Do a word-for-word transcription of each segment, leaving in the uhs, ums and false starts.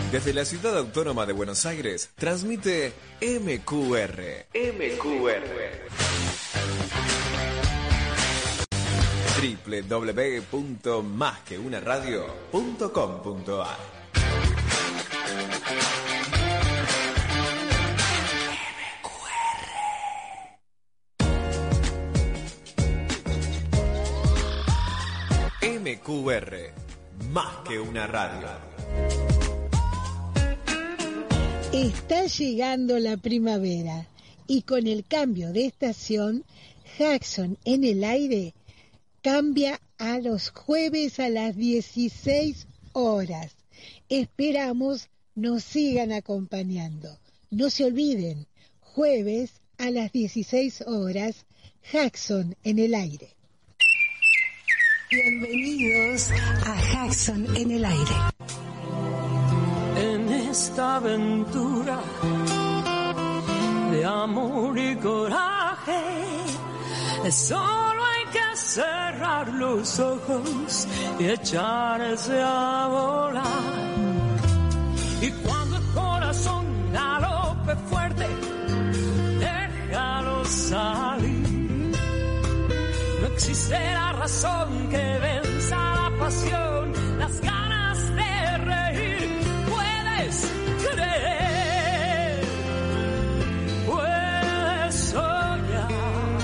Desde la ciudad autónoma de Buenos Aires, transmite M Q R. M Q R. doble u doble u doble u punto más que una radio punto com punto a r. M Q R, más que una radio. Está llegando la primavera y con el cambio de estación, Jackson en el aire cambia a los jueves a las dieciséis horas. Esperamos nos sigan acompañando. No se olviden, jueves a las dieciséis horas, Jackson en el aire. Bienvenidos a Jackson en el aire. En esta aventura de amor y coraje, solo hay que cerrar los ojos y echarse a volar. Y cuando el corazón galope fuerte, déjalo salir. No existirá razón que venza la pasión, las ganas de reír. Puedes creer, puedes soñar.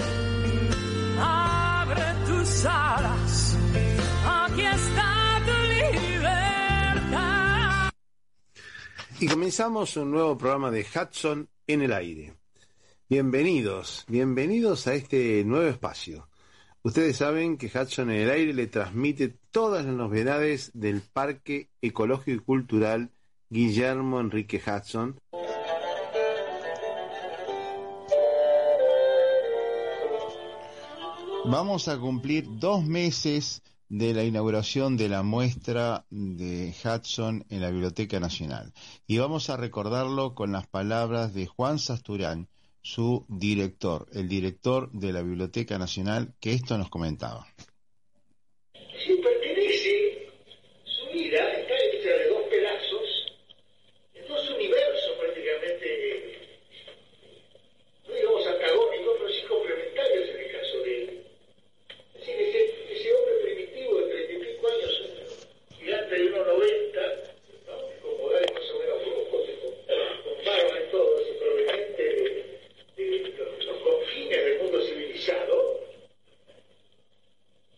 Abre tus alas, aquí está tu libertad. Y comenzamos un nuevo programa de Hudson en el aire. Bienvenidos, bienvenidos a este nuevo espacio. Ustedes saben que Hudson en el aire le transmite todas las novedades del Parque Ecológico y Cultural Guillermo Enrique Hudson. Vamos a cumplir dos meses de la inauguración de la muestra de Hudson en la Biblioteca Nacional. Y vamos a recordarlo con las palabras de Juan Sasturán, su director, el director de la Biblioteca Nacional, que esto nos comentaba. Si pertenece, su vida está hecha de dos pedazos, en dos universos prácticamente, no digamos antagónicos, pero sí complementarios en el caso de él. Es decir, ese, ese hombre primitivo de treinta y pico años, un gigante de uno noventa, ¿no? Con modales más o menos bruscos, con barba y todo eso, proveniente de de los, los confines del mundo civilizado,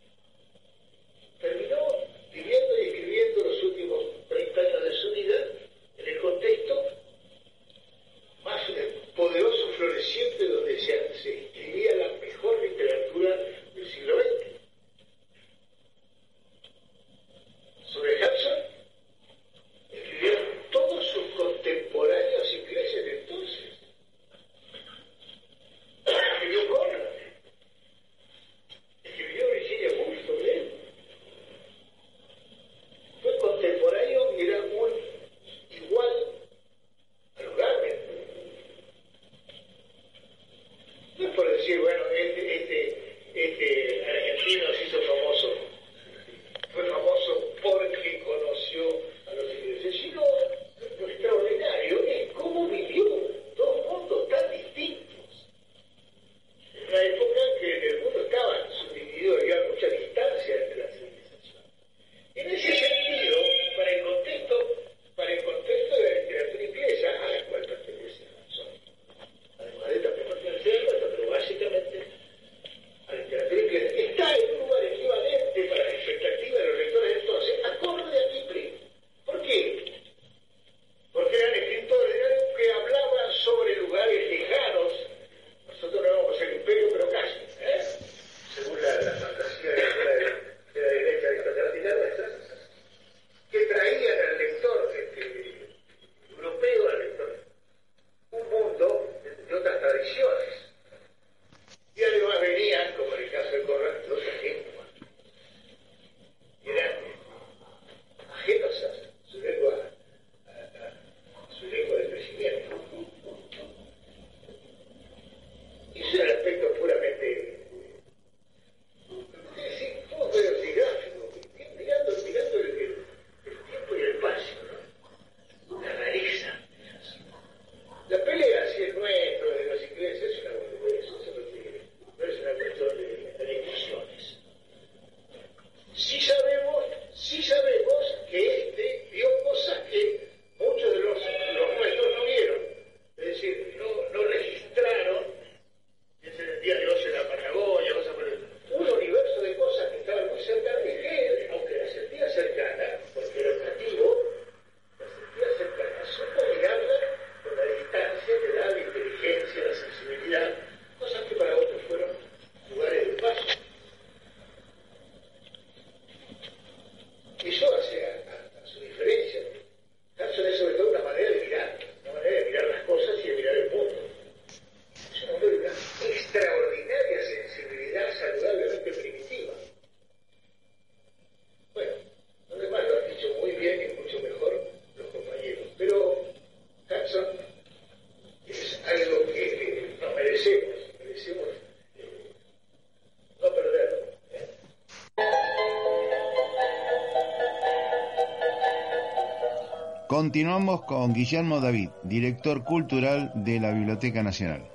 Continuamos con Guillermo David, director cultural de la Biblioteca Nacional.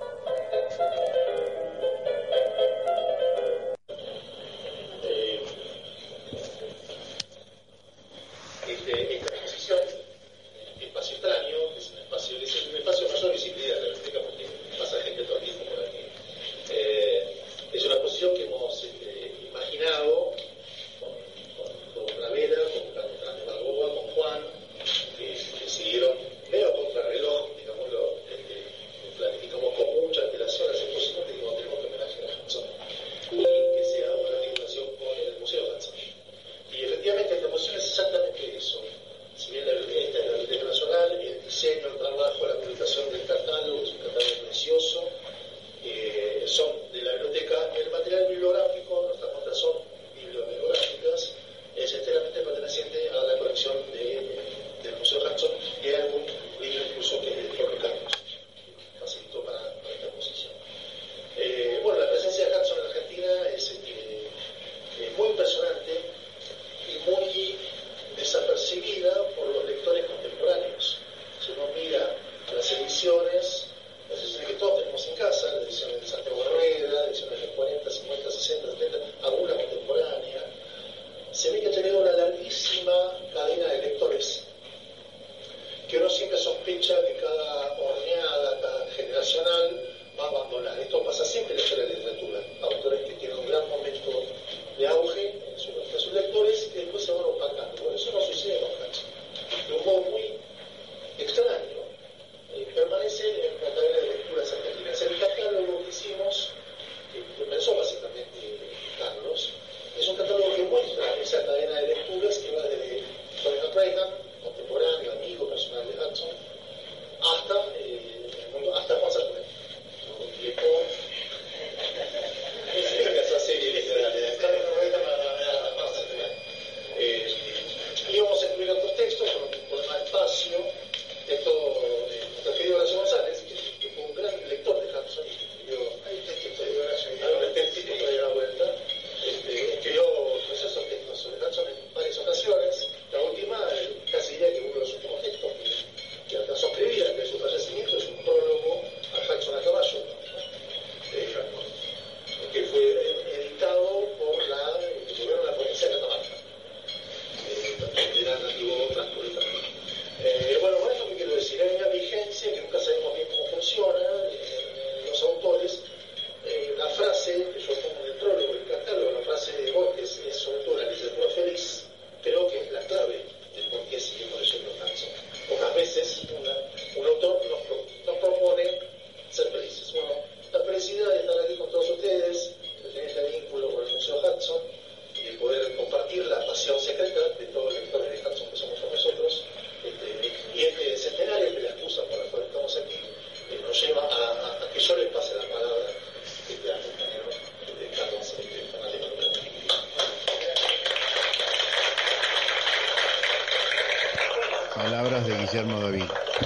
Palabras de Guillermo David.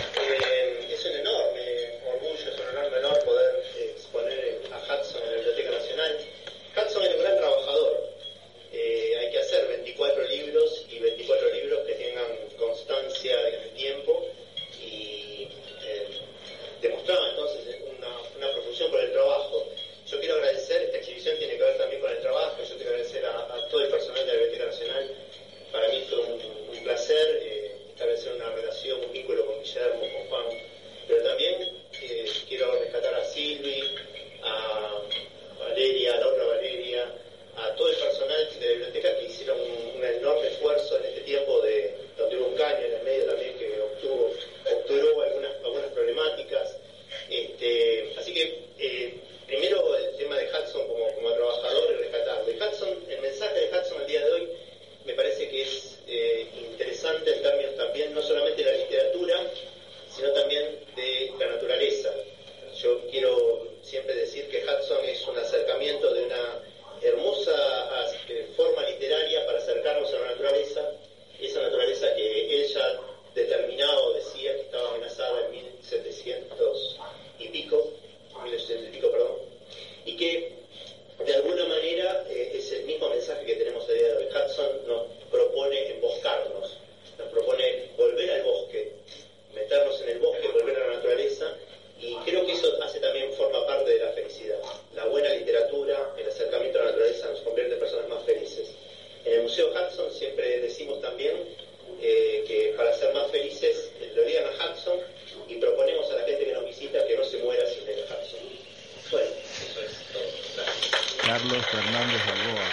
Eh, es un enorme orgullo, es un enorme honor poder eh, exponer a Hudson en la Biblioteca Nacional. Hudson es un gran trabajador. Eh, hay que hacer veinticuatro libros y veinticuatro libros que tengan constancia en el tiempo y eh, demostraba entonces una, una profusión por el trabajo. Yo quiero agradecer, esta exhibición tiene que ver también con el trabajo, yo quiero agradecer a, a todo el personal de la Biblioteca Nacional. Para mí fue un, un placer eh, establecer una relación, un vínculo con Guillermo, con también, eh, que para ser más felices eh, lo lean a Hudson, y proponemos a la gente que nos visita que no se muera sin leer a Hudson. Bueno, eso es todo. Gracias. Carlos Fernández Balboa.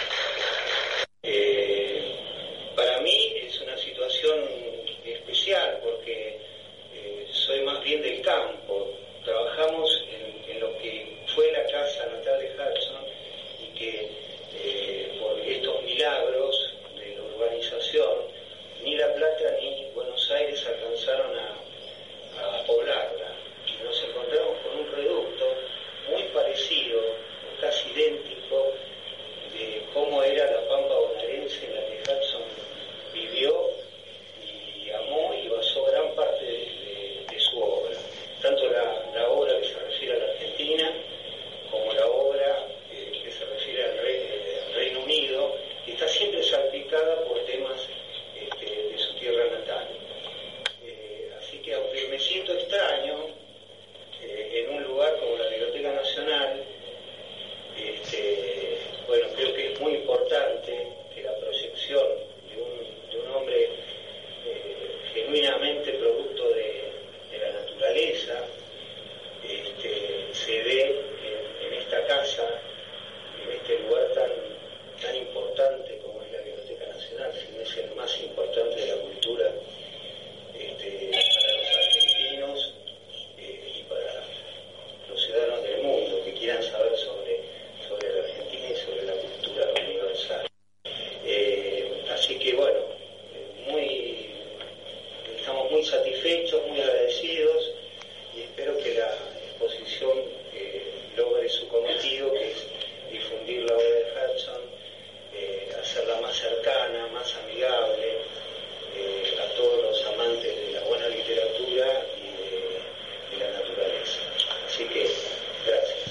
Eh, para mí es una situación especial porque eh, soy más bien del campo. Trabajamos en, en lo que fue la casa natal de Hudson y que eh, por estos milagros de la urbanización ni La Plata ni Buenos Aires alcanzaron a, a poblarla. Y nos encontramos con un reducto muy parecido, casi idéntico, de cómo era la pampa bonaerense en la que Hudson vivió y amó y basó gran parte de, de, de su obra. Tanto la, la obra que se refiere a la Argentina como la obra eh, que se refiere al, Re, eh, al Reino Unido, que está siempre salpicada por temas este, de su tierra natal. Eh, así que aunque me siento extraño eh, en un lugar como la Biblioteca Nacional, este, bueno, creo que es muy importante que la proyección de un, de un hombre eh, genuinamente producto de, de la naturaleza este, se dé en, en esta casa, en este lugar tan, tan importante como es la Biblioteca Nacional, si no es el más importante de la cultura este, para los argentinos eh, y para los ciudadanos del mundo que quieran saber sobre, sobre la Argentina y sobre la cultura universal. Eh, así que bueno, muy, estamos muy satisfechos, muy agradecidos y espero que la exposición eh, logre su cometido, que es difundir la obra de Hudson, eh, hacerla más cercana, más amigable eh, a todos los amantes de la buena literatura y de, de la naturaleza. Así que, gracias.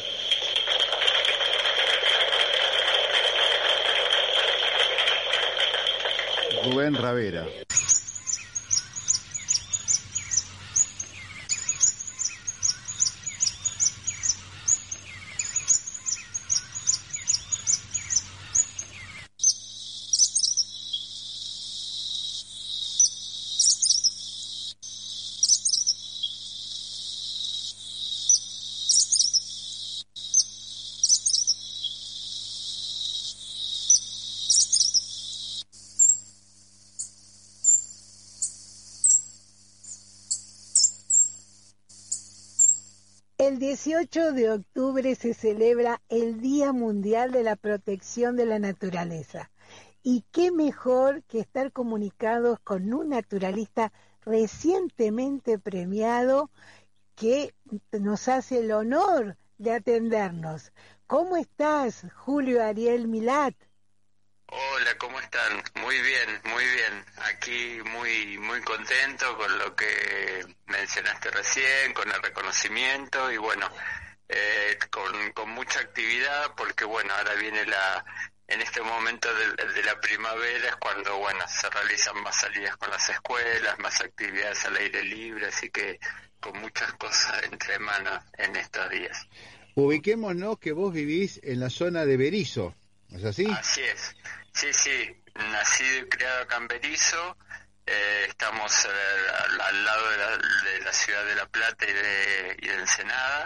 Rubén Ravera. El dieciocho de octubre se celebra el Día Mundial de la Protección de la Naturaleza. Y qué mejor que estar comunicados con un naturalista recientemente premiado que nos hace el honor de atendernos. ¿Cómo estás, Julio Ariel Milat? Hola, ¿cómo están? Muy bien, muy bien. Aquí muy muy contento con lo que mencionaste recién, con el reconocimiento y bueno, eh, con, con mucha actividad porque bueno, ahora viene la, en este momento de, de la primavera es cuando bueno, se realizan más salidas con las escuelas, más actividades al aire libre, así que con muchas cosas entre manos en estos días. Ubiquémonos que vos vivís en la zona de Berisso, ¿es así? Así es, sí, sí, nacido y criado acá en Berisso, eh, estamos eh, al, al lado de la, de la ciudad de La Plata y de, y de Ensenada,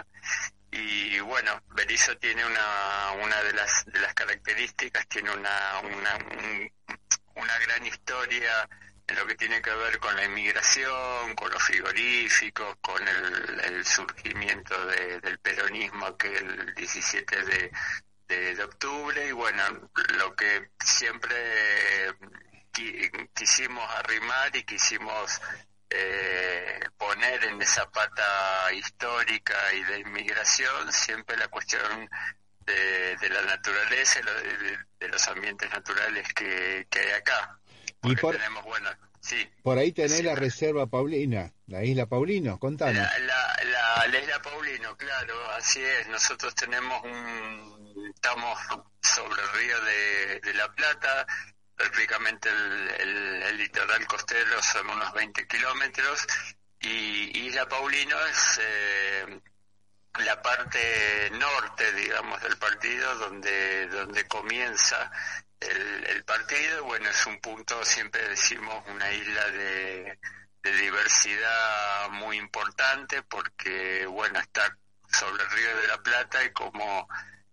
y bueno, Berisso tiene una una de las de las características, tiene una una, un, una gran historia en lo que tiene que ver con la inmigración, con los frigoríficos, con el, el surgimiento de, del peronismo aquel diecisiete de De, de octubre y bueno, lo que siempre eh, qui, quisimos arrimar y quisimos eh, poner en esa pata histórica y de inmigración siempre la cuestión de, de la naturaleza y lo, de, de los ambientes naturales que, que hay acá. Porque y por, tenemos, bueno, sí. Por ahí tenés sí, la reserva Paulina, la isla Paulino, contanos. La, la, la, la isla Paulino, claro, así es. Nosotros tenemos un, estamos sobre el río de, de la Plata, prácticamente el, el, el litoral costero son unos veinte kilómetros, y Isla Paulino es eh, la parte norte, digamos, del partido, donde, donde comienza el, el partido. Bueno, es un punto, siempre decimos, una isla de, de diversidad muy importante porque, bueno, está sobre el Río de la Plata y como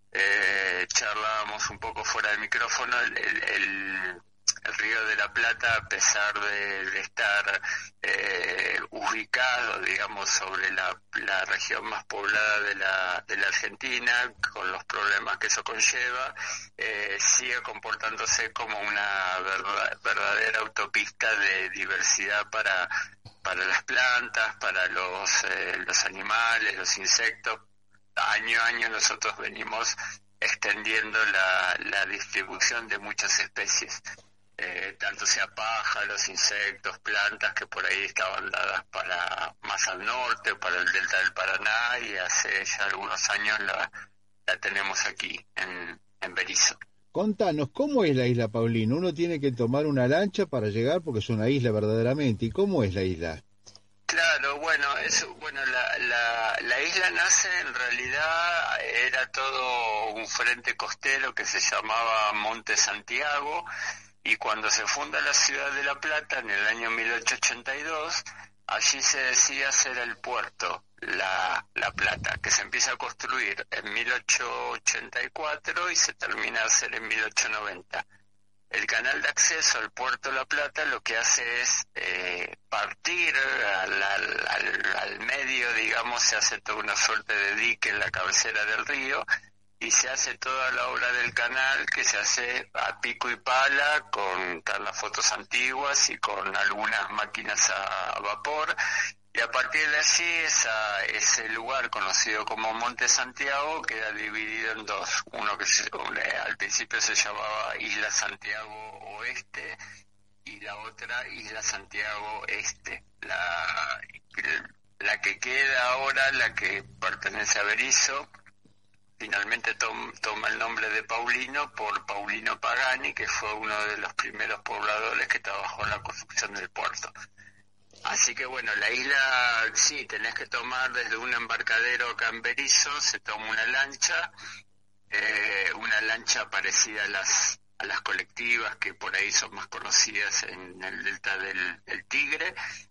eh, charlábamos un poco fuera del micrófono, el, el, el, el Río de la Plata, a pesar de, de estar eh, ubicado, digamos, sobre la, la región más poblada de la, de la Argentina, con los problemas que eso conlleva, eh, sigue comportándose como una verdad, verdadera autopista de diversidad para, para las plantas, para los, eh, los animales, los insectos. Año a año nosotros venimos extendiendo la, la distribución de muchas especies. Eh, tanto sea pájaros, insectos, plantas que por ahí estaban dadas para más al norte, para el delta del Paraná, y hace ya algunos años la, la tenemos aquí en, en Berisso. Contanos, ¿cómo es la isla Paulino? Uno tiene que tomar una lancha para llegar porque es una isla verdaderamente. ¿Y cómo es la isla? Claro, bueno, es, bueno la, la, la isla nace, en realidad era todo un frente costero que se llamaba Monte Santiago. Y cuando se funda la ciudad de La Plata en el año mil ochocientos ochenta y dos, allí se decide hacer el puerto La, la Plata, que se empieza a construir en mil ochocientos ochenta y cuatro y se termina a hacer en mil ochocientos noventa. El canal de acceso al puerto La Plata lo que hace es eh, partir al, al, al, al medio, digamos, se hace toda una suerte de dique en la cabecera del río, y se hace toda la obra del canal, que se hace a pico y pala con las fotos antiguas y con algunas máquinas a vapor, y a partir de allí esa, ese lugar conocido como Monte Santiago queda dividido en dos, uno que se, al principio se llamaba Isla Santiago Oeste y la otra Isla Santiago Este. La, la que queda ahora, la que pertenece a Berisso, finalmente tom, toma el nombre de Paulino por Paulino Pagani, que fue uno de los primeros pobladores que trabajó en la construcción del puerto. Así que bueno, la isla, sí, tenés que tomar desde un embarcadero acá en Berisso, se toma una lancha, eh, una lancha parecida a las a las colectivas que por ahí son más conocidas en el delta del, del Tigre,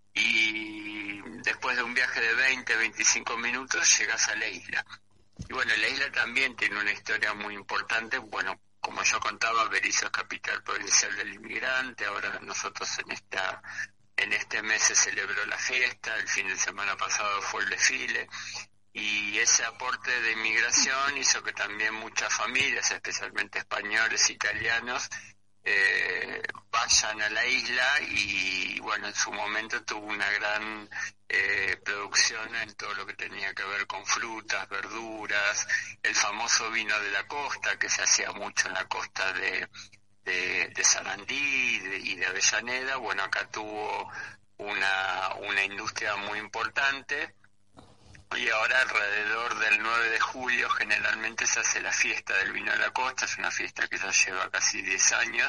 y después de un viaje de veinte, veinticinco minutos llegas a la isla. Y bueno, la isla también tiene una historia muy importante. Bueno, como yo contaba, Berisso es capital provincial del inmigrante. Ahora nosotros en esta en este mes se celebró la fiesta, el fin de semana pasado fue el desfile, y ese aporte de inmigración hizo que también muchas familias, especialmente españoles, italianos, eh, vayan a la isla, y bueno, en su momento tuvo una gran eh, producción en todo lo que tenía que ver con frutas, verduras, el famoso vino de la costa, que se hacía mucho en la costa de, de, de Sarandí de, y de Avellaneda. Bueno, acá tuvo una, una industria muy importante. Y ahora alrededor del nueve de julio generalmente se hace la fiesta del vino de la costa, es una fiesta que ya lleva casi diez años,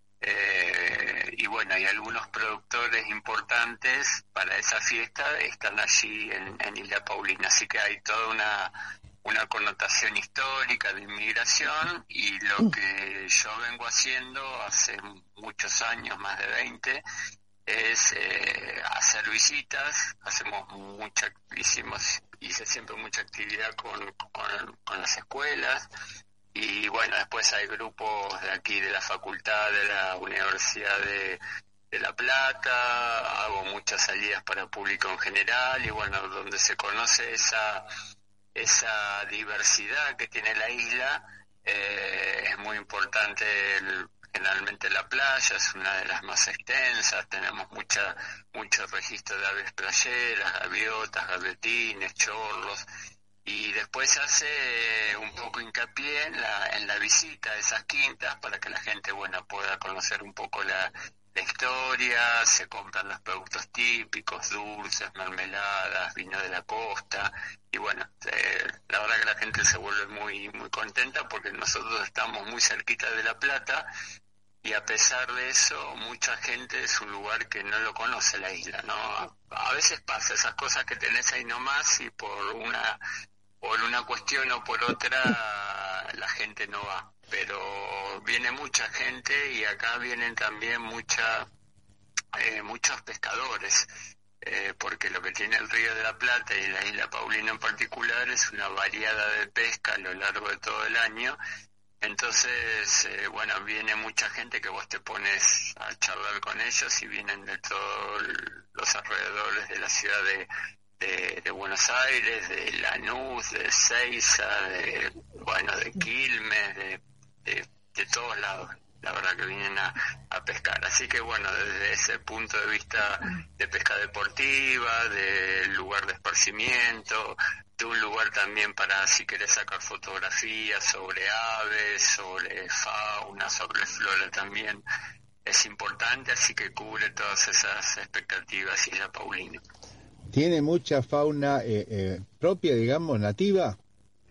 eh, y bueno, hay algunos productores importantes para esa fiesta, están allí en, en Isla Paulina, así que hay toda una, una connotación histórica de inmigración, y lo que yo vengo haciendo hace muchos años, más de veinte, es eh, hacer visitas. Hacemos mucha, hicimos, hice siempre mucha actividad con, con, con las escuelas, y bueno, después hay grupos de aquí de la facultad, de la Universidad de, de La Plata, hago muchas salidas para el público en general, y bueno, donde se conoce esa, esa diversidad que tiene la isla, eh, es muy importante el generalmente la playa es una de las más extensas, tenemos mucha mucho registro de aves playeras, gaviotas, gaviotines, chorlos, y después se hace un poco hincapié en la, en la visita a esas quintas para que la gente, bueno, pueda conocer un poco la, la historia, se compran los productos típicos, dulces, mermeladas, vino de la costa, y bueno, eh, la verdad que la gente se vuelve muy muy contenta porque nosotros estamos muy cerquita de La Plata, y a pesar de eso, mucha gente es un lugar que no lo conoce la isla, ¿no? A, a veces pasa esas cosas que tenés ahí nomás, y por una por una cuestión o por otra la gente no va, pero mucho, viene mucha gente y acá vienen también mucha, eh, muchos pescadores. Eh, porque lo que tiene el Río de la Plata y la isla Paulina en particular es una variada de pesca a lo largo de todo el año. Entonces, eh, bueno, viene mucha gente que vos te pones a charlar con ellos y vienen de todos los alrededores de la ciudad de, de, de Buenos Aires, de Lanús, de Ezeiza, de, bueno, de Quilmes, de, de, de todos lados. La verdad que vienen a, a pescar. Así que bueno, desde ese punto de vista de pesca deportiva, de lugar de esparcimiento, de un lugar también para si querés sacar fotografías sobre aves, sobre fauna, sobre flora también, es importante, así que cubre todas esas expectativas Isla Paulina. ¿Tiene mucha fauna eh, eh, propia, digamos, nativa?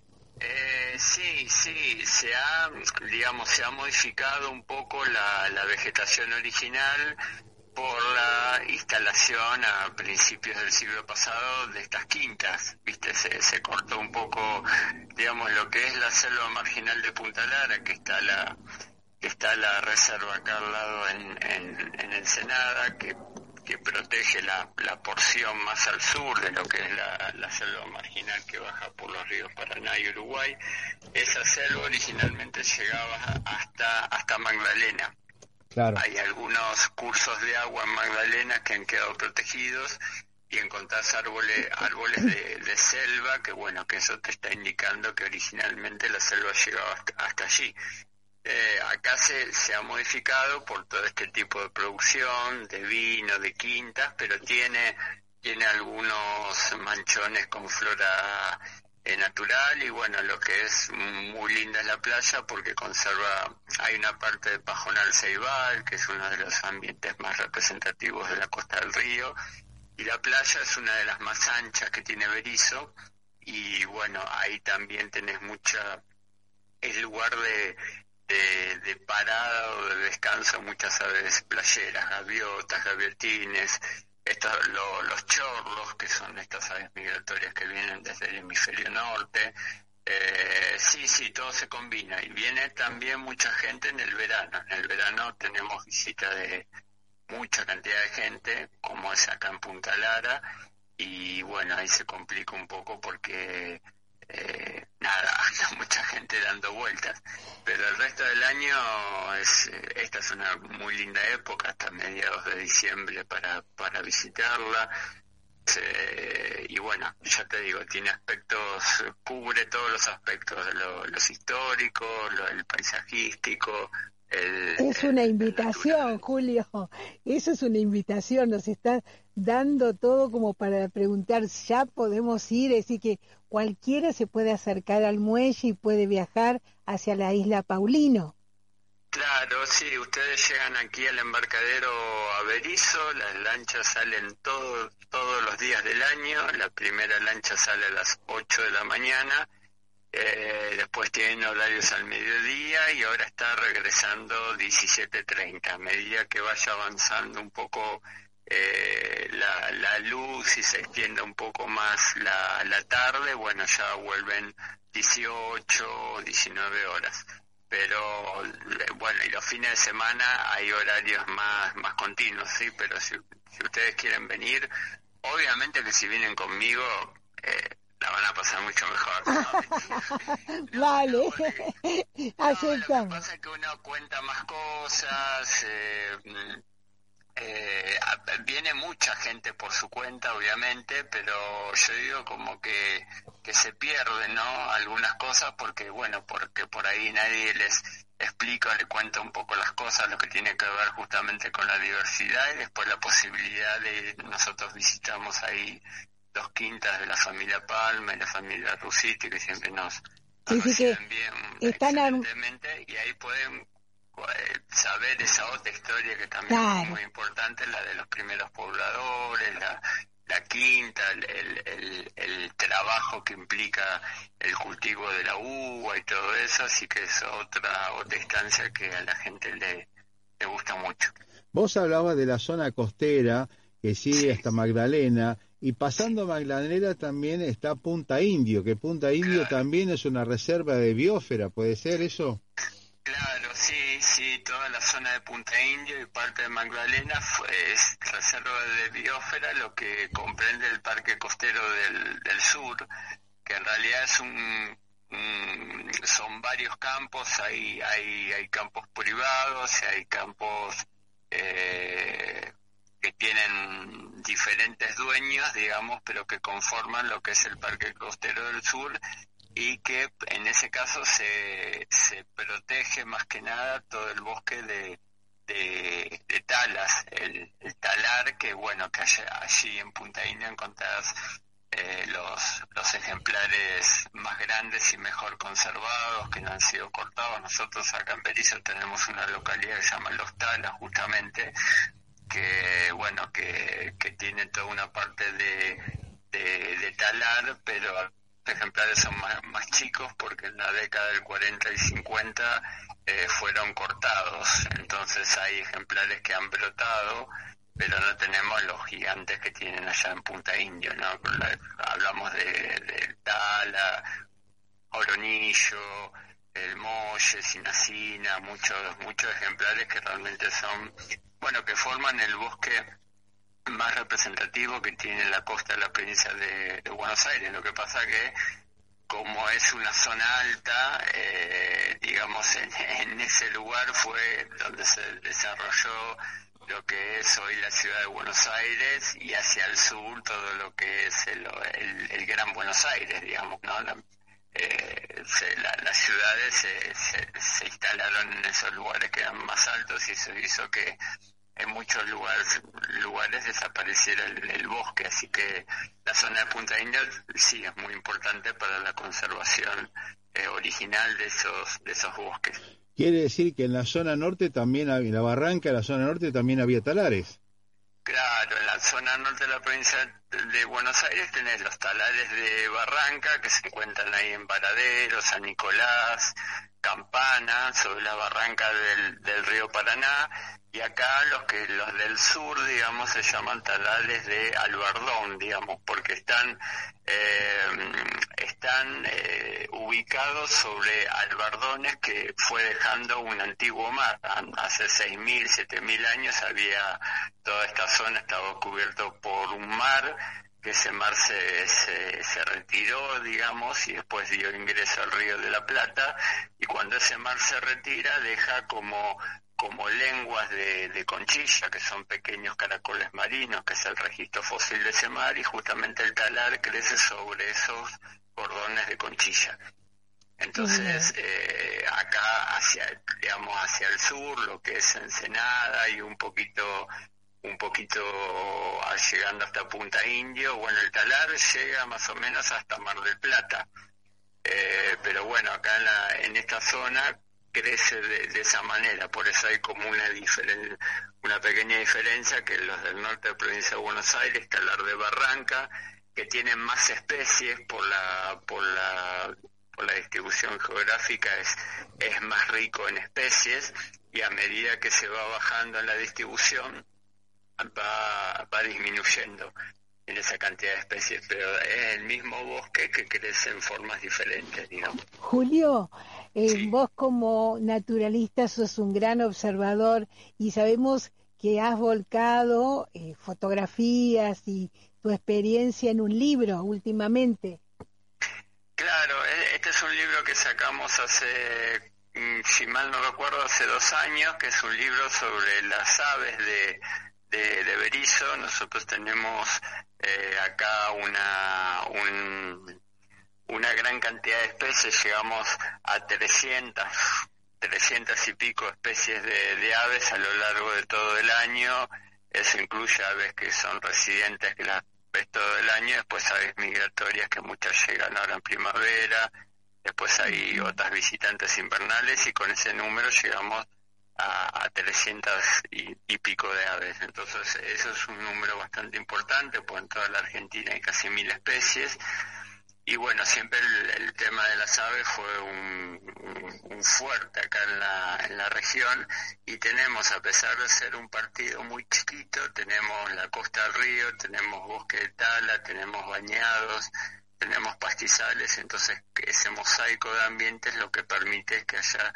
Eh, sí, sí, se ha, digamos, se ha modificado un poco la, la vegetación original por la instalación a principios del siglo pasado de estas quintas, viste, se, se cortó un poco, digamos, lo que es la selva marginal de Punta Lara, que está la, que está la reserva acá al lado en, en, en Ensenada, que que protege la, la porción más al sur de lo que es la, la selva marginal que baja por los ríos Paraná y Uruguay. Esa selva originalmente llegaba hasta hasta Magdalena. Claro. Hay algunos cursos de agua en Magdalena que han quedado protegidos y encontrás árboles árboles de, de selva, que bueno, que eso te está indicando que originalmente la selva llegaba hasta, hasta allí. Eh, acá se, se ha modificado por todo este tipo de producción, de vino, de quintas, pero tiene, tiene algunos manchones con flora eh, natural y bueno, lo que es muy linda es la playa porque conserva, hay una parte de pajonal ceibal, que es uno de los ambientes más representativos de la costa del río, y la playa es una de las más anchas que tiene Berisso, y bueno, ahí también tenés mucha, el lugar de De, de parada o de descanso muchas aves playeras, gaviotas, gaviotines, estos, lo, los chorlos, que son estas aves migratorias que vienen desde el hemisferio norte. Eh, sí, sí, todo se combina. Y viene también mucha gente en el verano. En el verano tenemos visita de mucha cantidad de gente, como es acá en Punta Lara, y bueno, ahí se complica un poco porque Eh, nada, hay mucha gente dando vueltas, pero el resto del año es, esta es una muy linda época hasta mediados de diciembre para, para visitarla, eh, y bueno, ya te digo, tiene aspectos, cubre todos los aspectos de lo, los históricos, lo, el paisajístico. El, es una el, invitación, el Julio, eso es una invitación, nos está dando todo como para preguntar, ya podemos ir, es decir que cualquiera se puede acercar al muelle y puede viajar hacia la isla Paulino. Claro, sí, ustedes llegan aquí al embarcadero a Berisso, las lanchas salen todo, todos los días del año, la primera lancha sale a las ocho de la mañana, Eh, después tienen horarios al mediodía y ahora está regresando diecisiete treinta. A medida que vaya avanzando un poco eh, la, la luz y se extienda un poco más la, la tarde, bueno, ya vuelven dieciocho, diecinueve horas. Pero bueno, y los fines de semana hay horarios más, más continuos, sí, pero si, si ustedes quieren venir, obviamente que si vienen conmigo, eh, la van a pasar mucho mejor. ¿No? Vale, no, porque, no, aceptamos. lo que pasa es que uno cuenta más cosas, eh, eh, viene mucha gente por su cuenta, obviamente, pero yo digo como que, que se pierden, ¿no? Algunas cosas porque, bueno, porque por ahí nadie les explica, le cuenta un poco las cosas, lo que tiene que ver justamente con la diversidad y después la posibilidad de, nosotros visitamos ahí dos quintas de la familia Palma y la familia Rusiti, que siempre nos, nos sí, sí, reciben bien, están excelentemente, y ahí pueden eh, saber esa otra historia que también claro. es muy importante, la de los primeros pobladores, la, la quinta, el, el, el, el trabajo que implica el cultivo de la uva y todo eso, así que es otra, otra instancia que a la gente le, le gusta mucho. Vos hablabas de la zona costera que sigue sí. hasta Magdalena, y pasando Magdalena también está Punta Indio, que Punta Indio claro. también es una reserva de biosfera, ¿puede ser eso? Claro, sí, sí, toda la zona de Punta Indio y parte de Magdalena fue, es reserva de biosfera, lo que comprende el Parque Costero del, del Sur, que en realidad es un, un son varios campos, hay hay hay campos privados, hay campos eh, que tienen diferentes dueños, digamos, pero que conforman lo que es el Parque Costero del Sur, y que en ese caso se, se protege más que nada todo el bosque de, de, de talas, el, el talar, que bueno, que allí, allí en Punta Indio encontrás eh, los, los ejemplares más grandes y mejor conservados, que no han sido cortados. Nosotros acá en Berisso tenemos una localidad que se llama Los Talas, justamente, que bueno, que, que tiene toda una parte de, de, de talar, pero ejemplares son más, más chicos porque en la década del cuarenta y cincuenta eh, fueron cortados, entonces hay ejemplares que han brotado, pero no tenemos los gigantes que tienen allá en Punta Indio, ¿no? Hablamos de, de Tala, Oronillo, el Molle, Sinacina, muchos muchos ejemplares que realmente son, bueno, que forman el bosque más representativo que tiene la costa de la provincia de, de Buenos Aires. Lo que pasa que como es una zona alta, eh, digamos, en, en ese lugar fue donde se desarrolló lo que es hoy la ciudad de Buenos Aires, y hacia el sur todo lo que es el, el, el Gran Buenos Aires, digamos, ¿no? La, eh, se, la, las ciudades se, se, se instalaron en esos lugares que eran más altos, y eso hizo que en muchos lugares lugares desapareciera el, el bosque, así que la zona de Punta Indio sí es muy importante para la conservación eh, original de esos de esos bosques. Quiere decir que en la zona norte también, en la barranca de la zona norte también había talares. Claro, en la zona norte de la provincia de Buenos Aires tenés los talares de Barranca, que se encuentran ahí en Varadero, San Nicolás, Campana, sobre la barranca del, del río Paraná, y acá los que los del sur, digamos, se llaman talares de Albardón, digamos, porque están eh, están eh, ubicados sobre albardones que fue dejando un antiguo mar. Hace seis mil, siete mil años había, toda esta zona estaba cubierto por un mar, que ese mar se, se, se retiró, digamos, y después dio ingreso al Río de la Plata, y cuando ese mar se retira deja como como lenguas de, de conchilla, que son pequeños caracoles marinos, que es el registro fósil de ese mar, y justamente el talar crece sobre esos cordones de conchilla. Entonces, eh, acá hacia, digamos, hacia el sur, lo que es Ensenada y un poquito un poquito llegando hasta Punta Indio, bueno, el talar llega más o menos hasta Mar del Plata, eh, pero bueno, acá en, la, en esta zona crece de, de esa manera, por eso hay como una diferen, una pequeña diferencia, que los del norte de la provincia de Buenos Aires, talar de Barranca, que tienen más especies por la por la por la distribución geográfica, es es más rico en especies, y a medida que se va bajando en la distribución va va disminuyendo en esa cantidad de especies, pero es el mismo bosque que crece en formas diferentes, digamos. Julio, eh, Sí. vos como naturalista sos un gran observador, y sabemos que has volcado eh, fotografías y tu experiencia en un libro últimamente. Claro, e- este es un libro que sacamos hace, mm, si mal no recuerdo, hace dos años, que es un libro sobre las aves de, de, de Berisso. Nosotros tenemos eh, acá una un, una gran cantidad de especies, llegamos a trescientas, trescientas y pico especies de, de aves a lo largo de todo el año. Eso incluye aves que son residentes, que las ves todo el año, después aves migratorias, que muchas llegan ahora en primavera, después hay otras visitantes invernales, y con ese número llegamos a, a trescientas y, y pico de aves. Entonces eso es un número bastante importante, pues en toda la Argentina hay casi mil especies. Y bueno, siempre el, el tema de las aves fue un, un, un fuerte acá en la, en la región, y tenemos, a pesar de ser un partido muy chiquito, tenemos la costa del río, tenemos bosque de tala, tenemos bañados, tenemos pastizales, entonces ese mosaico de ambientes lo que permite es que haya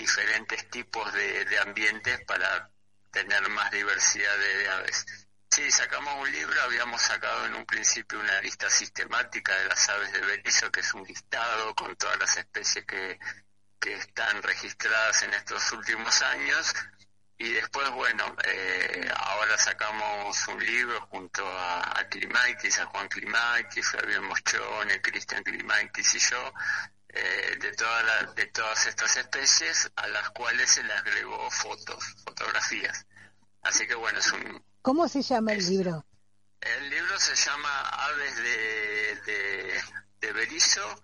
diferentes tipos de, de ambientes para tener más diversidad de, de aves. Sí, sacamos un libro, habíamos sacado en un principio una lista sistemática de las aves de Berisso, que es un listado con todas las especies que, que están registradas en estos últimos años, y después, bueno, eh, ahora sacamos un libro junto a, a Climaitis, a Juan Climaitis, Fabián Moschone, Cristian Climaitis y yo, eh, de, toda la, de todas estas especies, a las cuales se le agregó fotos, fotografías. Así que bueno, es un... ¿Cómo se llama el es, libro? El libro se llama Aves de, de, de Berisso,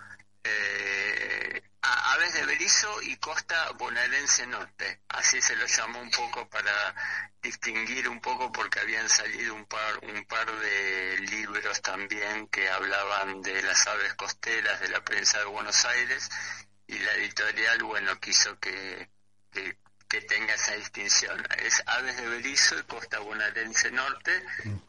eh, Aves de Berisso y Costa Bonaerense Norte. Así se lo llamó un poco para distinguir un poco, porque habían salido un par, un par de libros también que hablaban de las aves costeras de la prensa de Buenos Aires, y la editorial, bueno, quiso que... que que tenga esa distinción. Es Aves de Berisso y Costa Bonaerense Norte,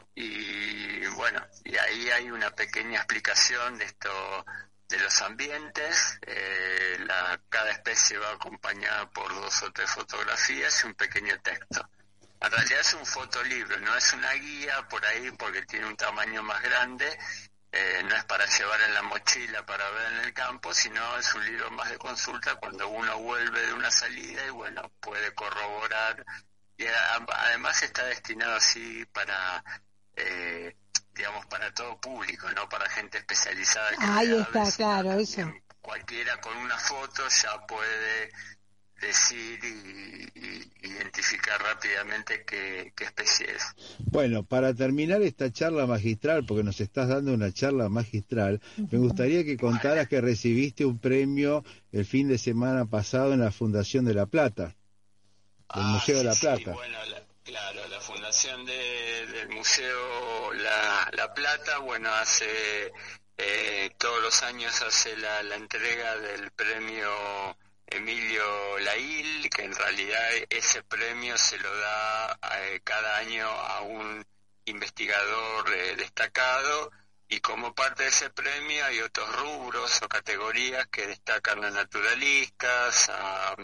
y bueno, y ahí hay una pequeña explicación de esto, de los ambientes. Eh, la, cada especie va acompañada por dos o tres fotografías y un pequeño texto. En realidad es un fotolibro, no es una guía por ahí porque tiene un tamaño más grande. Eh, no es para llevar en la mochila para ver en el campo, sino es un libro más de consulta cuando uno vuelve de una salida y bueno, puede corroborar. Y a, además está destinado así para, eh, digamos, para todo público, no para gente especializada. Que Ahí está, claro, eso. Cualquiera con una foto ya puede decir y, y identificar rápidamente qué, qué especie es. Bueno, para terminar esta charla magistral, porque nos estás dando una charla magistral, me gustaría que contaras que recibiste un premio el fin de semana pasado en la Fundación de La Plata, del ah, Museo sí, de La Plata. Sí, bueno, la, claro, la Fundación de, del Museo La, La Plata, bueno, hace eh, todos los años hace la, la entrega del premio Emilio Lail, que en realidad ese premio se lo da eh, cada año a un investigador eh, destacado, y como parte de ese premio hay otros rubros o categorías que destacan a naturalistas, a,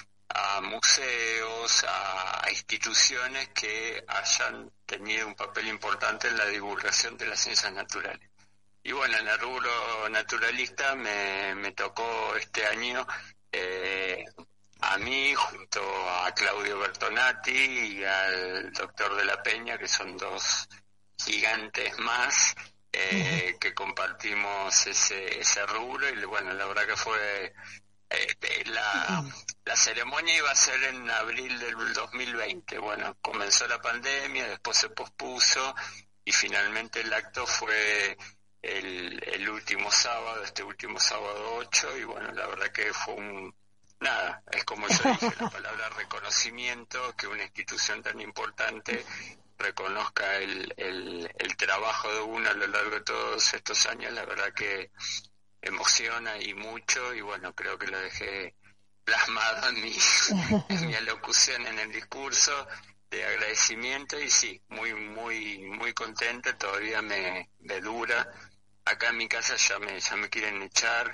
a museos, a, a instituciones que hayan tenido un papel importante en la divulgación de las ciencias naturales. Y bueno, en el rubro naturalista me, me tocó este año Eh, a mí, junto a Claudio Bertonati y al doctor de la Peña, que son dos gigantes más, eh, que compartimos ese, ese rubro, y bueno, la verdad que fue... Eh, la, la ceremonia iba a ser en abril del dos mil veinte, bueno, comenzó la pandemia, después se pospuso, y finalmente el acto fue... El, el último sábado, este último sábado ocho, y bueno, la verdad que fue un... Nada, es como yo dije, la palabra reconocimiento, que una institución tan importante reconozca el, el, el trabajo de uno a lo largo de todos estos años, la verdad que emociona y mucho, y bueno, creo que lo dejé plasmado en mi, en mi alocución, en el discurso de agradecimiento, y sí, muy, muy, muy contenta, todavía me, me dura. Acá en mi casa ya me ya me quieren echar,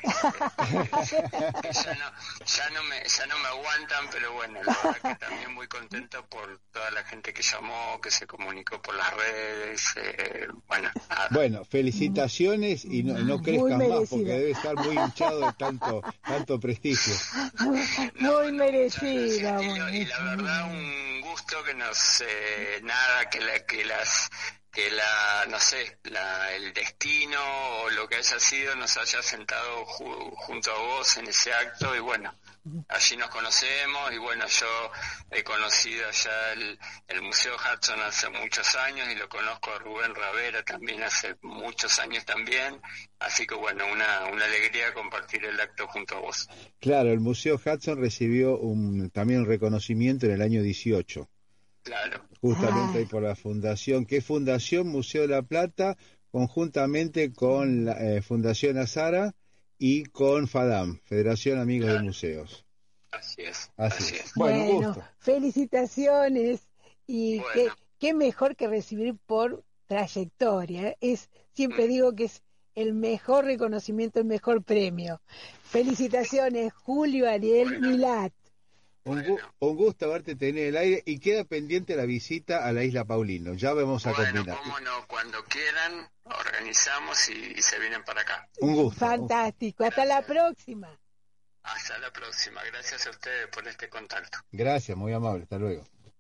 eh, ya no ya no me ya no me aguantan, pero bueno, la verdad que también muy contento por toda la gente que llamó, que se comunicó por las redes, eh, bueno nada. Bueno, felicitaciones, y no, no crezcas más porque debe estar muy hinchado de tanto tanto prestigio. Muy merecido. Y, lo, y la verdad un gusto que nos eh, nada que la que las que la, no sé, la, el destino o lo que haya sido nos haya sentado ju, junto a vos en ese acto, y bueno, allí nos conocemos, y bueno, yo he conocido ya el, el Museo Hudson hace muchos años, y lo conozco a Rubén Ravera también hace muchos años también, así que bueno, una, una alegría compartir el acto junto a vos. Claro, el Museo Hudson recibió un, también un reconocimiento en el año dieciocho. Claro. Justamente ahí por la fundación, que es Fundación Museo de La Plata, conjuntamente con la eh, Fundación Azara y con FADAM, Federación Amigos claro. de Museos. Así es. Así, así es. es. Bueno, bueno gusto. Felicitaciones, y bueno. qué, qué mejor que recibir por trayectoria. Es siempre mm. digo que es el mejor reconocimiento, el mejor premio. Felicitaciones, Julio Ariel bueno. Milat. Un, gu un gusto verte tener en el aire y queda pendiente la visita a la isla Paulino. Ya vamos a bueno, combinar. Cómo no, cuando quieran, organizamos y, y se vienen para acá. Un gusto. Fantástico. Hasta la próxima. Hasta la próxima. Gracias a ustedes por este contacto. Gracias, muy amable. Hasta luego.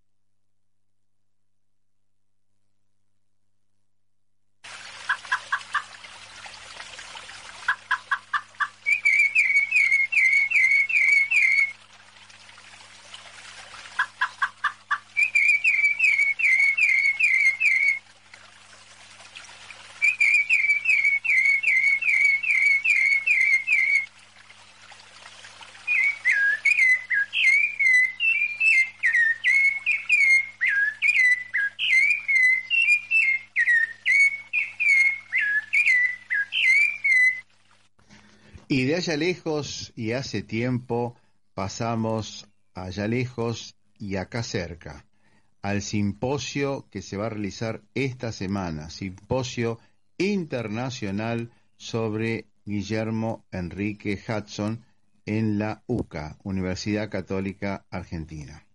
Y de allá lejos y hace tiempo pasamos allá lejos y acá cerca, al simposio que se va a realizar esta semana, simposio internacional sobre Guillermo Enrique Hudson en la U C A, Universidad Católica Argentina.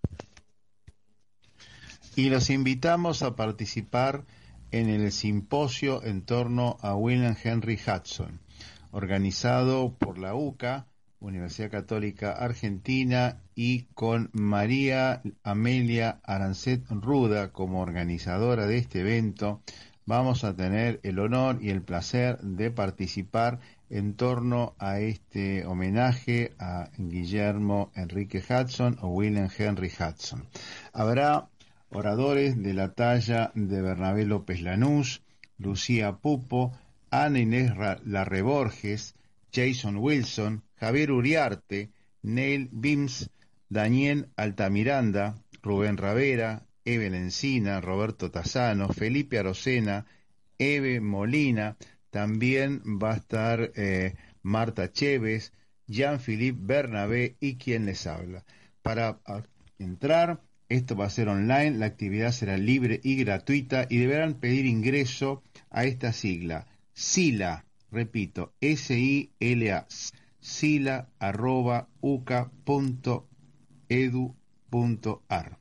Y los invitamos a participar en el simposio en torno a William Henry Hudson, organizado por la U C A, Universidad Católica Argentina, y con María Amelia Arancet Ruda como organizadora de este evento. Vamos a tener el honor y el placer de participar en torno a este homenaje a Guillermo Enrique Hudson o William Henry Hudson. Habrá oradores de la talla de Bernabé López Lanús, Lucía Pupo, Ana Inés Larreborges, Jason Wilson, Javier Uriarte, Neil Bims, Daniel Altamiranda, Rubén Ravera, Evel Encina, Roberto Tassano, Felipe Arocena, Eve Molina, también va a estar eh, Marta Chévez, Jean-Philippe Bernabé y quien les habla. Para a, entrar, esto va a ser online, la actividad será libre y gratuita y deberán pedir ingreso a esta sigla, SILA, repito, S I L A, sila arroba uca punto edu punto ar.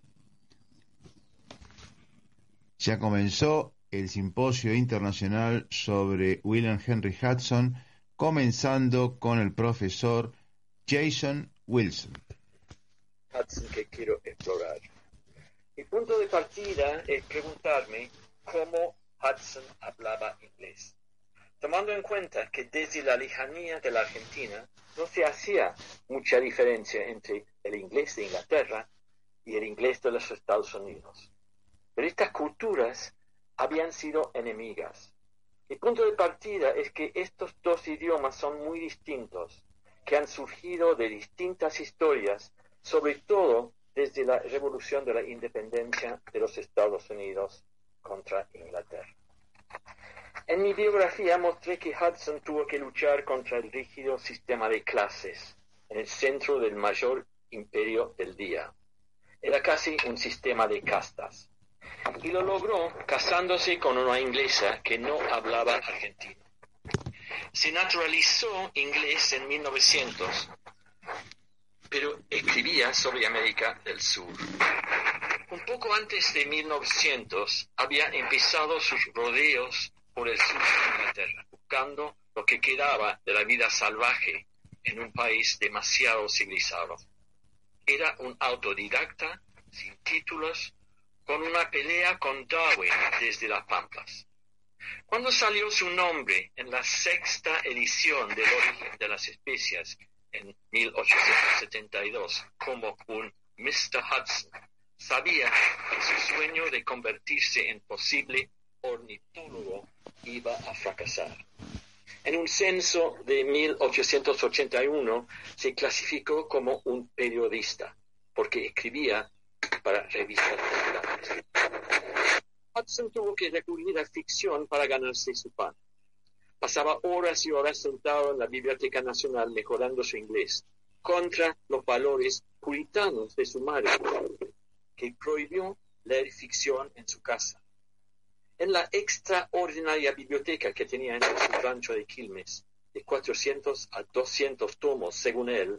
Ya comenzó el simposio internacional sobre William Henry Hudson, comenzando con el profesor Jason Wilson. Hudson que quiero explorar. Mi punto de partida es preguntarme cómo Hudson hablaba inglés, tomando en cuenta que desde la lejanía de la Argentina no se hacía mucha diferencia entre el inglés de Inglaterra y el inglés de los Estados Unidos. Pero estas culturas habían sido enemigas. Mi punto de partida es que estos dos idiomas son muy distintos, que han surgido de distintas historias, sobre todo desde la revolución de la independencia de los Estados Unidos contra Inglaterra. En mi biografía mostré que Hudson tuvo que luchar contra el rígido sistema de clases en el centro del mayor imperio del día. Era casi un sistema de castas. Y lo logró casándose con una inglesa que no hablaba argentino. Se naturalizó inglés en mil novecientos, pero escribía sobre América del Sur. Un poco antes de mil novecientos había empezado sus rodeos por el sur de Inglaterra, buscando lo que quedaba de la vida salvaje en un país demasiado civilizado. Era un autodidacta, sin títulos, con una pelea con Darwin desde las Pampas. Cuando salió su nombre en la sexta edición del Origen de las Especies en mil ochocientos setenta y dos como un mister Hudson, sabía que su sueño de convertirse en posible ornitólogo iba a fracasar. En un censo de mil ochocientos ochenta y uno se clasificó como un periodista, porque escribía para revistas populares. Hudson tuvo que recurrir a ficción para ganarse su pan. Pasaba horas y horas sentado en la Biblioteca Nacional mejorando su inglés, contra los valores puritanos de su madre, que prohibió leer ficción en su casa. En la extraordinaria biblioteca que tenía en su rancho de Quilmes, de cuatrocientos a doscientos tomos según él,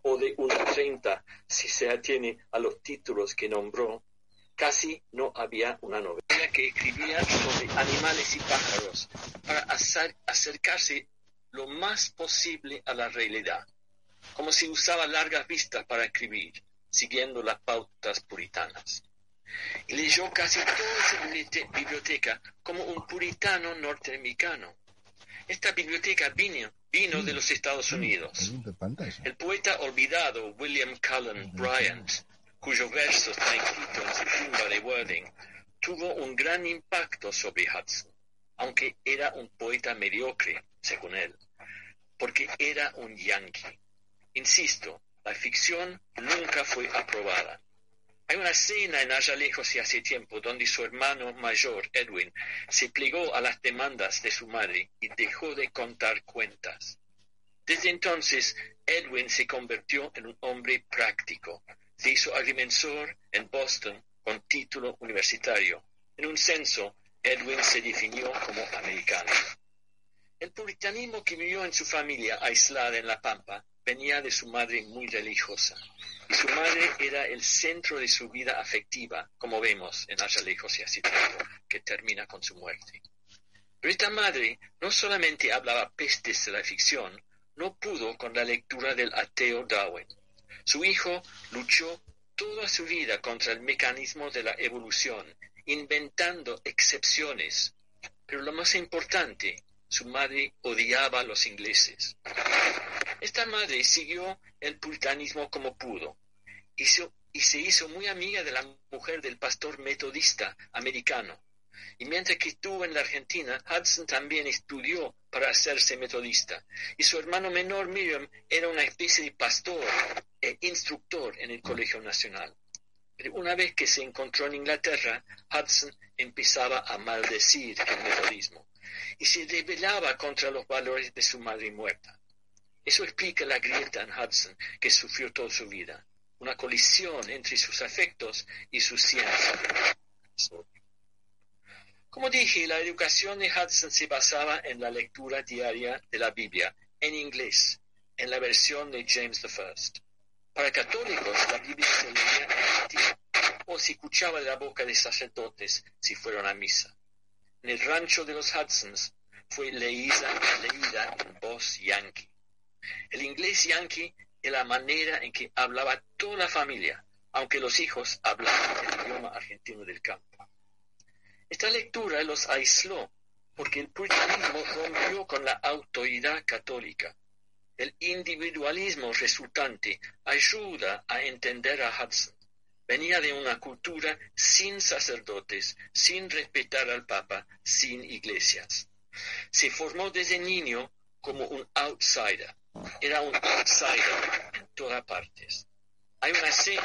o de unos treinta si se atiene a los títulos que nombró, casi no había una novela que escribía sobre animales y pájaros para hacer, acercarse lo más posible a la realidad, como si usaba largas vistas para escribir, siguiendo las pautas puritanas. Y leyó casi toda su biblioteca como un puritano norteamericano. Esta biblioteca vino, vino de los Estados Unidos. El poeta olvidado William Cullen Bryant, cuyos versos están escritos en su tumba de Worthing, tuvo un gran impacto sobre Hudson, aunque era un poeta mediocre, según él, porque era un yankee. Insisto, la ficción nunca fue aprobada. Hay una escena en Allá lejos y hace tiempo donde su hermano mayor, Edwin, se plegó a las demandas de su madre y dejó de contar cuentas. Desde entonces, Edwin se convirtió en un hombre práctico. Se hizo agrimensor en Boston con título universitario. En un censo, Edwin se definió como americano. El puritanismo que vivió en su familia aislada en La Pampa venía de su madre muy religiosa, y su madre era el centro de su vida afectiva, como vemos en Allá lejos y hace tiempo, que termina con su muerte. Pero esta madre no solamente hablaba pestes de la ficción, no pudo con la lectura del ateo Darwin. Su hijo luchó toda su vida contra el mecanismo de la evolución, inventando excepciones. Pero lo más importante, su madre odiaba a los ingleses. Esta madre siguió el puritanismo como pudo, hizo, y se hizo muy amiga de la mujer del pastor metodista americano. Y mientras que estuvo en la Argentina, Hudson también estudió para hacerse metodista. Y su hermano menor, Miriam, era una especie de pastor e instructor en el Colegio Nacional. Pero una vez que se encontró en Inglaterra, Hudson empezaba a maldecir el metodismo y se rebelaba contra los valores de su madre muerta. Eso explica la grieta en Hudson que sufrió toda su vida, una colisión entre sus afectos y su ciencia. Como dije, la educación de Hudson se basaba en la lectura diaria de la Biblia, en inglés, en la versión de James the First. Para católicos, la Biblia se leía en latín, o se escuchaba de la boca de sacerdotes si fueron a misa. En el rancho de los Hudsons fue leída, leída en voz yankee. El inglés yankee es la manera en que hablaba toda la familia, aunque los hijos hablaban el idioma argentino del campo. Esta lectura los aisló, porque el puritanismo rompió con la autoridad católica. El individualismo resultante ayuda a entender a Hudson. Venía de una cultura sin sacerdotes, sin respetar al Papa, sin iglesias. Se formó desde niño como un outsider. Era un outsider en todas partes. Hay una escena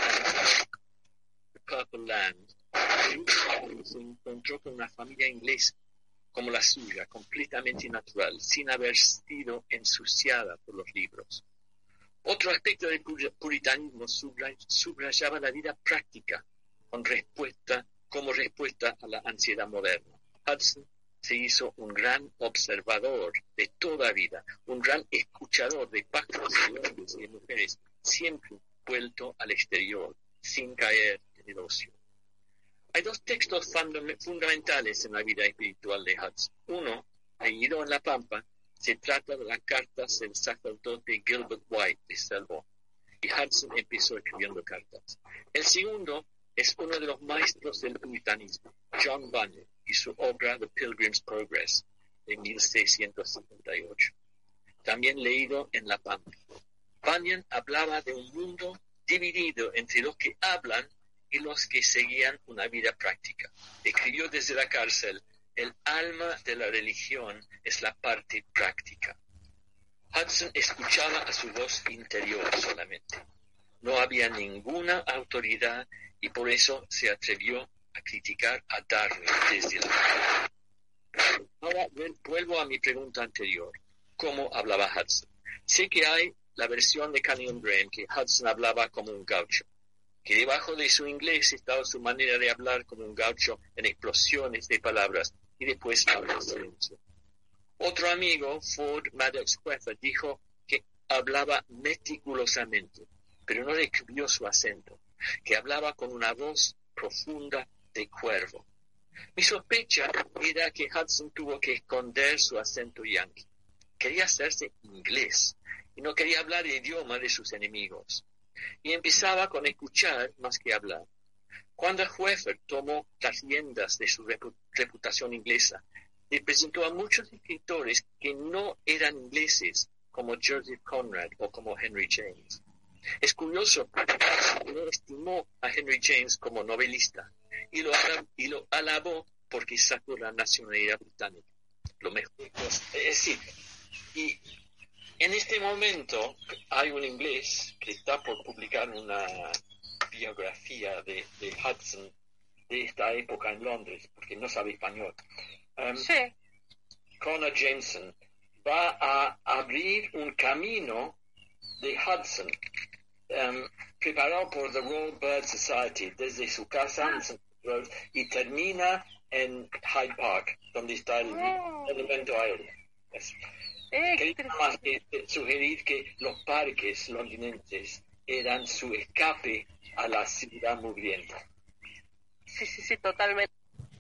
de Purple Land que se encontró con una familia inglesa como la suya, completamente natural, sin haber sido ensuciada por los libros. Otro aspecto del puritanismo subrayaba la vida práctica con respuesta, como respuesta a la ansiedad moderna. Hudson se hizo un gran observador de toda vida, un gran escuchador de pájaros y hombres y de mujeres, siempre vuelto al exterior, sin caer en el ocio. Hay dos textos fundamentales en la vida espiritual de Hudson. Uno, leído en La Pampa, se trata de las cartas del sacerdote Gilbert White de Selborne, y Hudson empezó escribiendo cartas. El segundo es uno de los maestros del puritanismo, John Bunyan, y su obra The Pilgrim's Progress, de mil seiscientos cincuenta y ocho, también leído en La Pampa. Bunyan hablaba de un mundo dividido entre los que hablan y los que seguían una vida práctica. Escribió desde la cárcel: el alma de la religión es la parte práctica. Hudson escuchaba a su voz interior solamente. No había ninguna autoridad y por eso se atrevió a criticar a Darwin desde la... Ahora vuelvo a mi pregunta anterior. ¿Cómo hablaba Hudson? Sé que hay la versión de Cunningham Graham que Hudson hablaba como un gaucho, que debajo de su inglés estaba su manera de hablar como un gaucho en explosiones de palabras y después habla en silencio. Otro amigo, Ford Maddox Queffer, dijo que hablaba meticulosamente, pero no describió su acento, que hablaba con una voz profunda de cuervo. Mi sospecha era que Hudson tuvo que esconder su acento yankee. Quería hacerse inglés y no quería hablar el idioma de sus enemigos. Y empezaba con escuchar más que hablar. Cuando Hoefer tomó las riendas de su reputación inglesa, le presentó a muchos escritores que no eran ingleses, como Joseph Conrad o como Henry James. Es curioso que no estimó a Henry James como novelista y lo, y lo alabó porque sacó la nacionalidad británica. Lo mejor. Es decir, y en este momento hay un inglés que está por publicar una biografía de, de Hudson de esta época en Londres, porque no sabe español. Um, sí. Conrad Jameson va a abrir un camino de Hudson, um, preparado por the Royal Bird Society desde su casa en Saint Rose y termina en Hyde Park, donde está el monumento a él. Es, quería más que, sugerir que los parques londinenses eran su escape a la ciudad mugrienta. Sí, sí, sí, totalmente.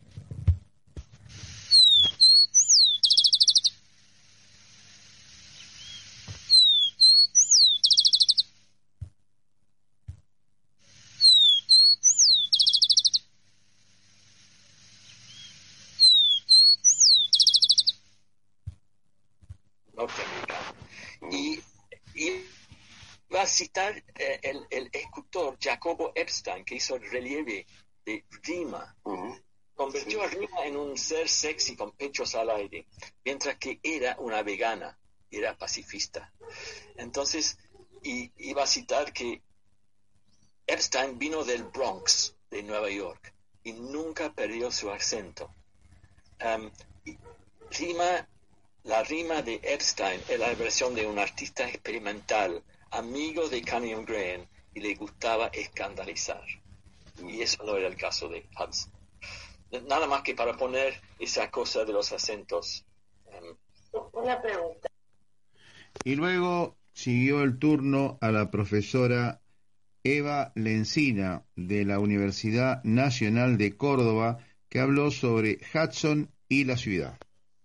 Norteamericano. Y, y va a citar eh, el, el escultor Jacobo Epstein, que hizo el relieve de Rima. Uh-huh. Convirtió a Rima en un ser sexy con pechos al aire, mientras que era una vegana, era pacifista. Entonces, y, iba a citar que Epstein vino del Bronx, de Nueva York, y nunca perdió su acento. Um, y Rima... La rima de Epstein es la versión de un artista experimental, amigo de Canyon Graham, y le gustaba escandalizar. Y eso no era el caso de Hudson. Nada más que para poner esa cosa de los acentos. Um, Una pregunta. Y luego siguió el turno a la profesora Eva Lencina, de la Universidad Nacional de Córdoba, que habló sobre Hudson y la ciudad.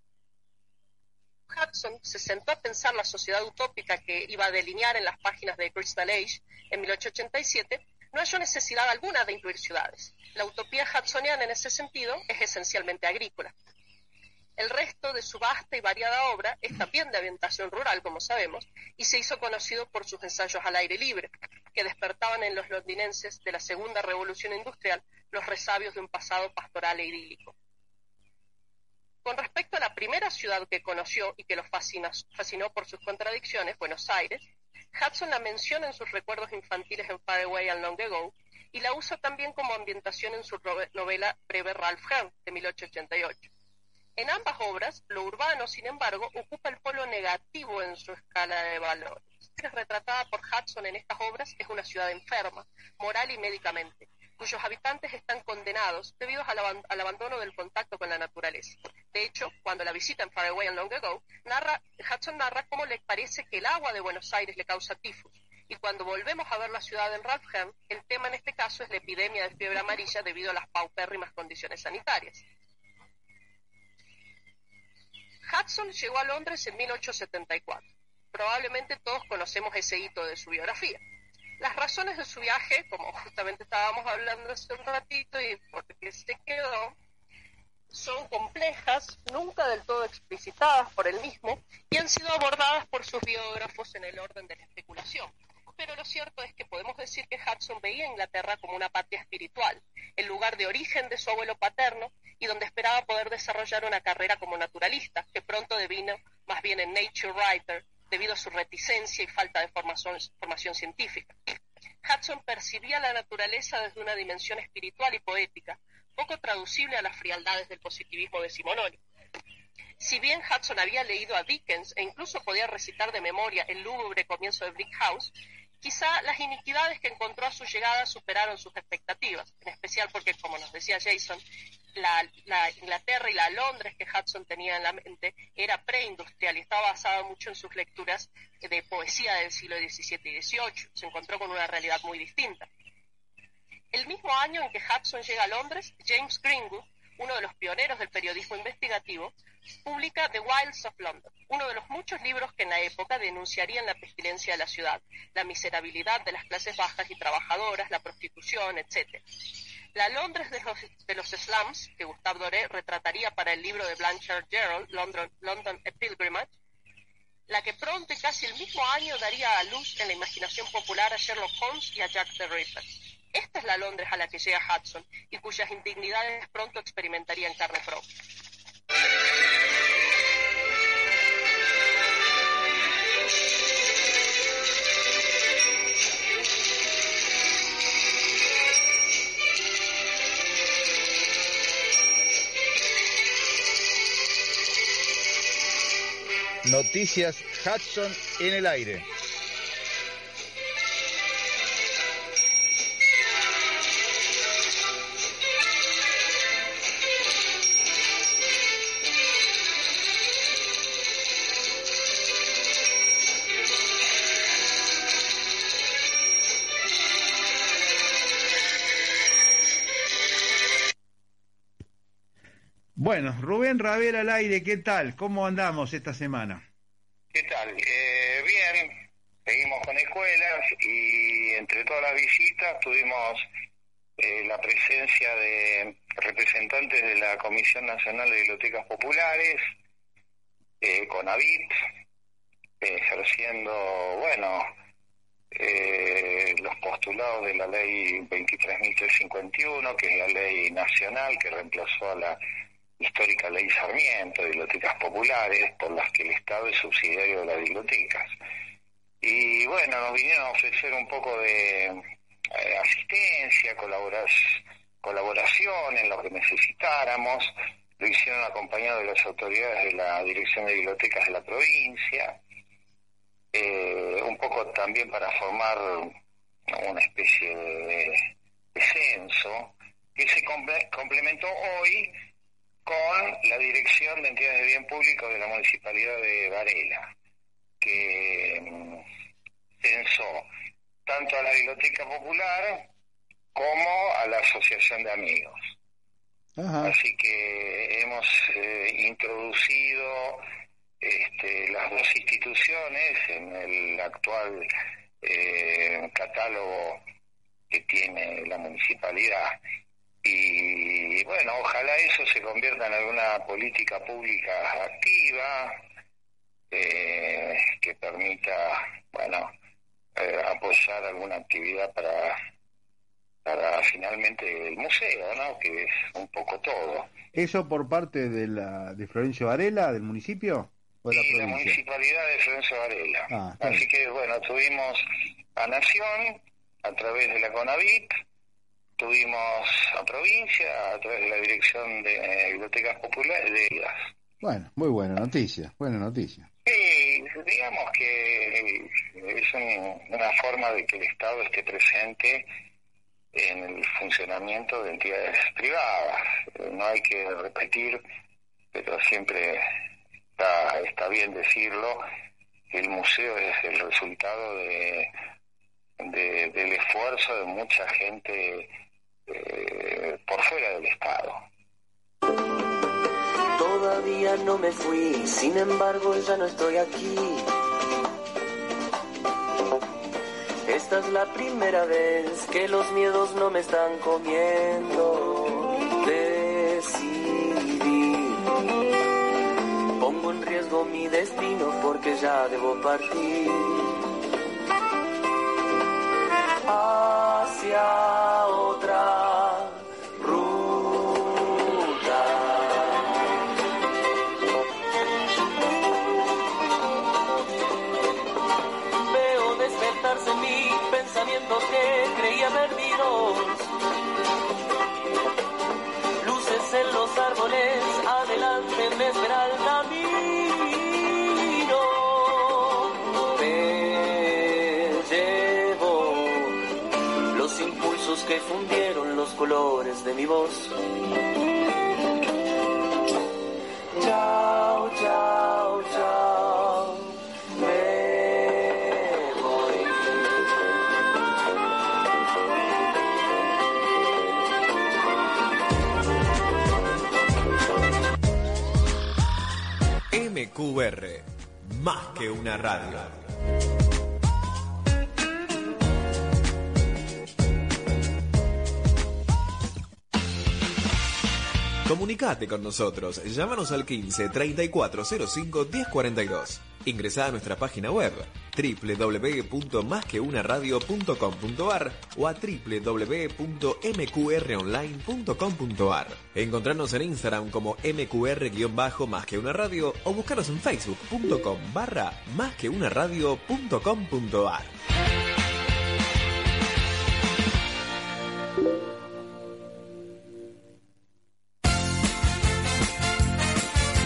Hudson se sentó a pensar la sociedad utópica que iba a delinear en las páginas de Crystal Age en mil ochocientos ochenta y siete, no halló necesidad alguna de incluir ciudades. La utopía hudsoniana en ese sentido es esencialmente agrícola. El resto de su vasta y variada obra es también de ambientación rural, como sabemos, y se hizo conocido por sus ensayos al aire libre, que despertaban en los londinenses de la segunda revolución industrial los resabios de un pasado pastoral e idílico. Con respecto a la primera ciudad que conoció y que lo fascinó, fascinó por sus contradicciones, Buenos Aires, Hudson la menciona en sus recuerdos infantiles en Far Away and Long Ago y la usa también como ambientación en su novela breve Ralph Hern de mil ochocientos ochenta y ocho. En ambas obras, lo urbano, sin embargo, ocupa el polo negativo en su escala de valores. La retratada por Hudson en estas obras es una ciudad enferma, moral y médicamente, cuyos habitantes están condenados debido al, ab- al abandono del contacto con la naturaleza. De hecho, cuando la visita en Far Away and Long Ago, narra, Hudson narra cómo le parece que el agua de Buenos Aires le causa tifus, y cuando volvemos a ver la ciudad en Ralph Hern, el tema en este caso es la epidemia de fiebre amarilla debido a las paupérrimas condiciones sanitarias. Hudson llegó a Londres en mil ochocientos setenta y cuatro. Probablemente todos conocemos ese hito de su biografía. Las razones de su viaje, como justamente estábamos hablando hace un ratito y por qué se quedó, son complejas, nunca del todo explicitadas por él mismo, y han sido abordadas por sus biógrafos en el orden de la especulación. Pero lo cierto es que podemos decir que Hudson veía a Inglaterra como una patria espiritual, el lugar de origen de su abuelo paterno, y donde esperaba poder desarrollar una carrera como naturalista, que pronto devino más bien en nature writer, debido a su reticencia y falta de formación, formación científica. Hudson percibía la naturaleza desde una dimensión espiritual y poética, poco traducible a las frialdades del positivismo decimonónico. Si bien Hudson había leído a Dickens e incluso podía recitar de memoria el lúgubre comienzo de Bleak House, Quizá las iniquidades que encontró a su llegada superaron sus expectativas, en especial porque, como nos decía Jason, la, la Inglaterra y la Londres que Hudson tenía en la mente era preindustrial y estaba basada mucho en sus lecturas de poesía del siglo diecisiete y dieciocho. Se encontró con una realidad muy distinta. El mismo año en que Hudson llega a Londres, James Greenwood, uno de los pioneros del periodismo investigativo, publica The Wilds of London, uno de los muchos libros que en la época denunciarían la pestilencia de la ciudad, la miserabilidad de las clases bajas y trabajadoras, la prostitución, etcétera. La Londres de los, de los slums, que Gustave Doré retrataría para el libro de Blanchard Gerald, London, London a Pilgrimage, la que pronto y casi el mismo año daría a luz en la imaginación popular a Sherlock Holmes y a Jack the Ripper. Esta es la Londres a la que llega Hudson y cuyas indignidades pronto experimentaría en carne propia. Noticias Hudson en el aire. Bueno, Rubén Ravel al aire, ¿qué tal? ¿Cómo andamos esta semana? ¿Qué tal? Eh, bien, seguimos con escuelas y entre todas las visitas tuvimos eh, la presencia de representantes de la Comisión Nacional de Bibliotecas Populares, eh, CONAVIT, eh, ejerciendo, bueno, eh, los postulados de la ley veintitrés mil trescientos cincuenta y uno, que es la ley nacional que reemplazó a la histórica ley Sarmiento de bibliotecas populares, por las que el Estado es subsidiario de las bibliotecas. Y bueno, nos vinieron a ofrecer un poco de eh, asistencia, colaboración, colaboración en lo que necesitáramos. Lo hicieron acompañado de las autoridades de la Dirección de Bibliotecas de la provincia, eh, un poco también para formar una especie de, de censo que se comple- complementó hoy con la Dirección de Entidades de Bien Público de la Municipalidad de Varela, que um, censó tanto a la Biblioteca Popular como a la Asociación de Amigos. Ajá. Así que hemos eh, introducido este, las dos instituciones en el actual eh, catálogo que tiene la municipalidad. Y bueno, ojalá eso se convierta en alguna política pública activa eh, que permita, bueno, eh, apoyar alguna actividad para para finalmente el museo, ¿no? Que es un poco todo. ¿Eso por parte de la de Florencio Varela, del municipio? ¿O de la sí, provincia? La municipalidad de Florencio Varela. Ah, así que bueno, tuvimos a Nación a través de la CONAVIT, tuvimos a provincia a través de la Dirección de eh, Bibliotecas Populares de las. Bueno, muy buena noticia, buena noticia. Sí, digamos que es un, una forma de que el Estado esté presente en el funcionamiento de entidades privadas. No hay que repetir, pero siempre está, está bien decirlo, que el museo es el resultado de, de del esfuerzo de mucha gente eh, por fuera del Estado. Todavía no me fui, sin embargo ya no estoy aquí. Esta es la primera vez que los miedos no me están comiendo. Decidí, pongo en riesgo mi destino porque ya debo partir hacia otra ruta. Veo despertarse en mí pensamientos que creía perdidos, luces en los árboles, adelante me espera el camino, me llevo besos que fundieron los colores de mi voz. Chao, chao, chao, me voy. M Q R, más que una radio. Comunicate con nosotros, llámanos al quince, treinta y cuatro cero cinco, diez cuarenta y dos. Ingresá a nuestra página web doble u doble u doble u punto más que una radio punto com punto a r o a doble u doble u doble u punto m q r online punto com punto a r. Encontrarnos en Instagram como M Q R más que una radio o buscarnos en facebook punto com barra más que una radio punto com punto a r.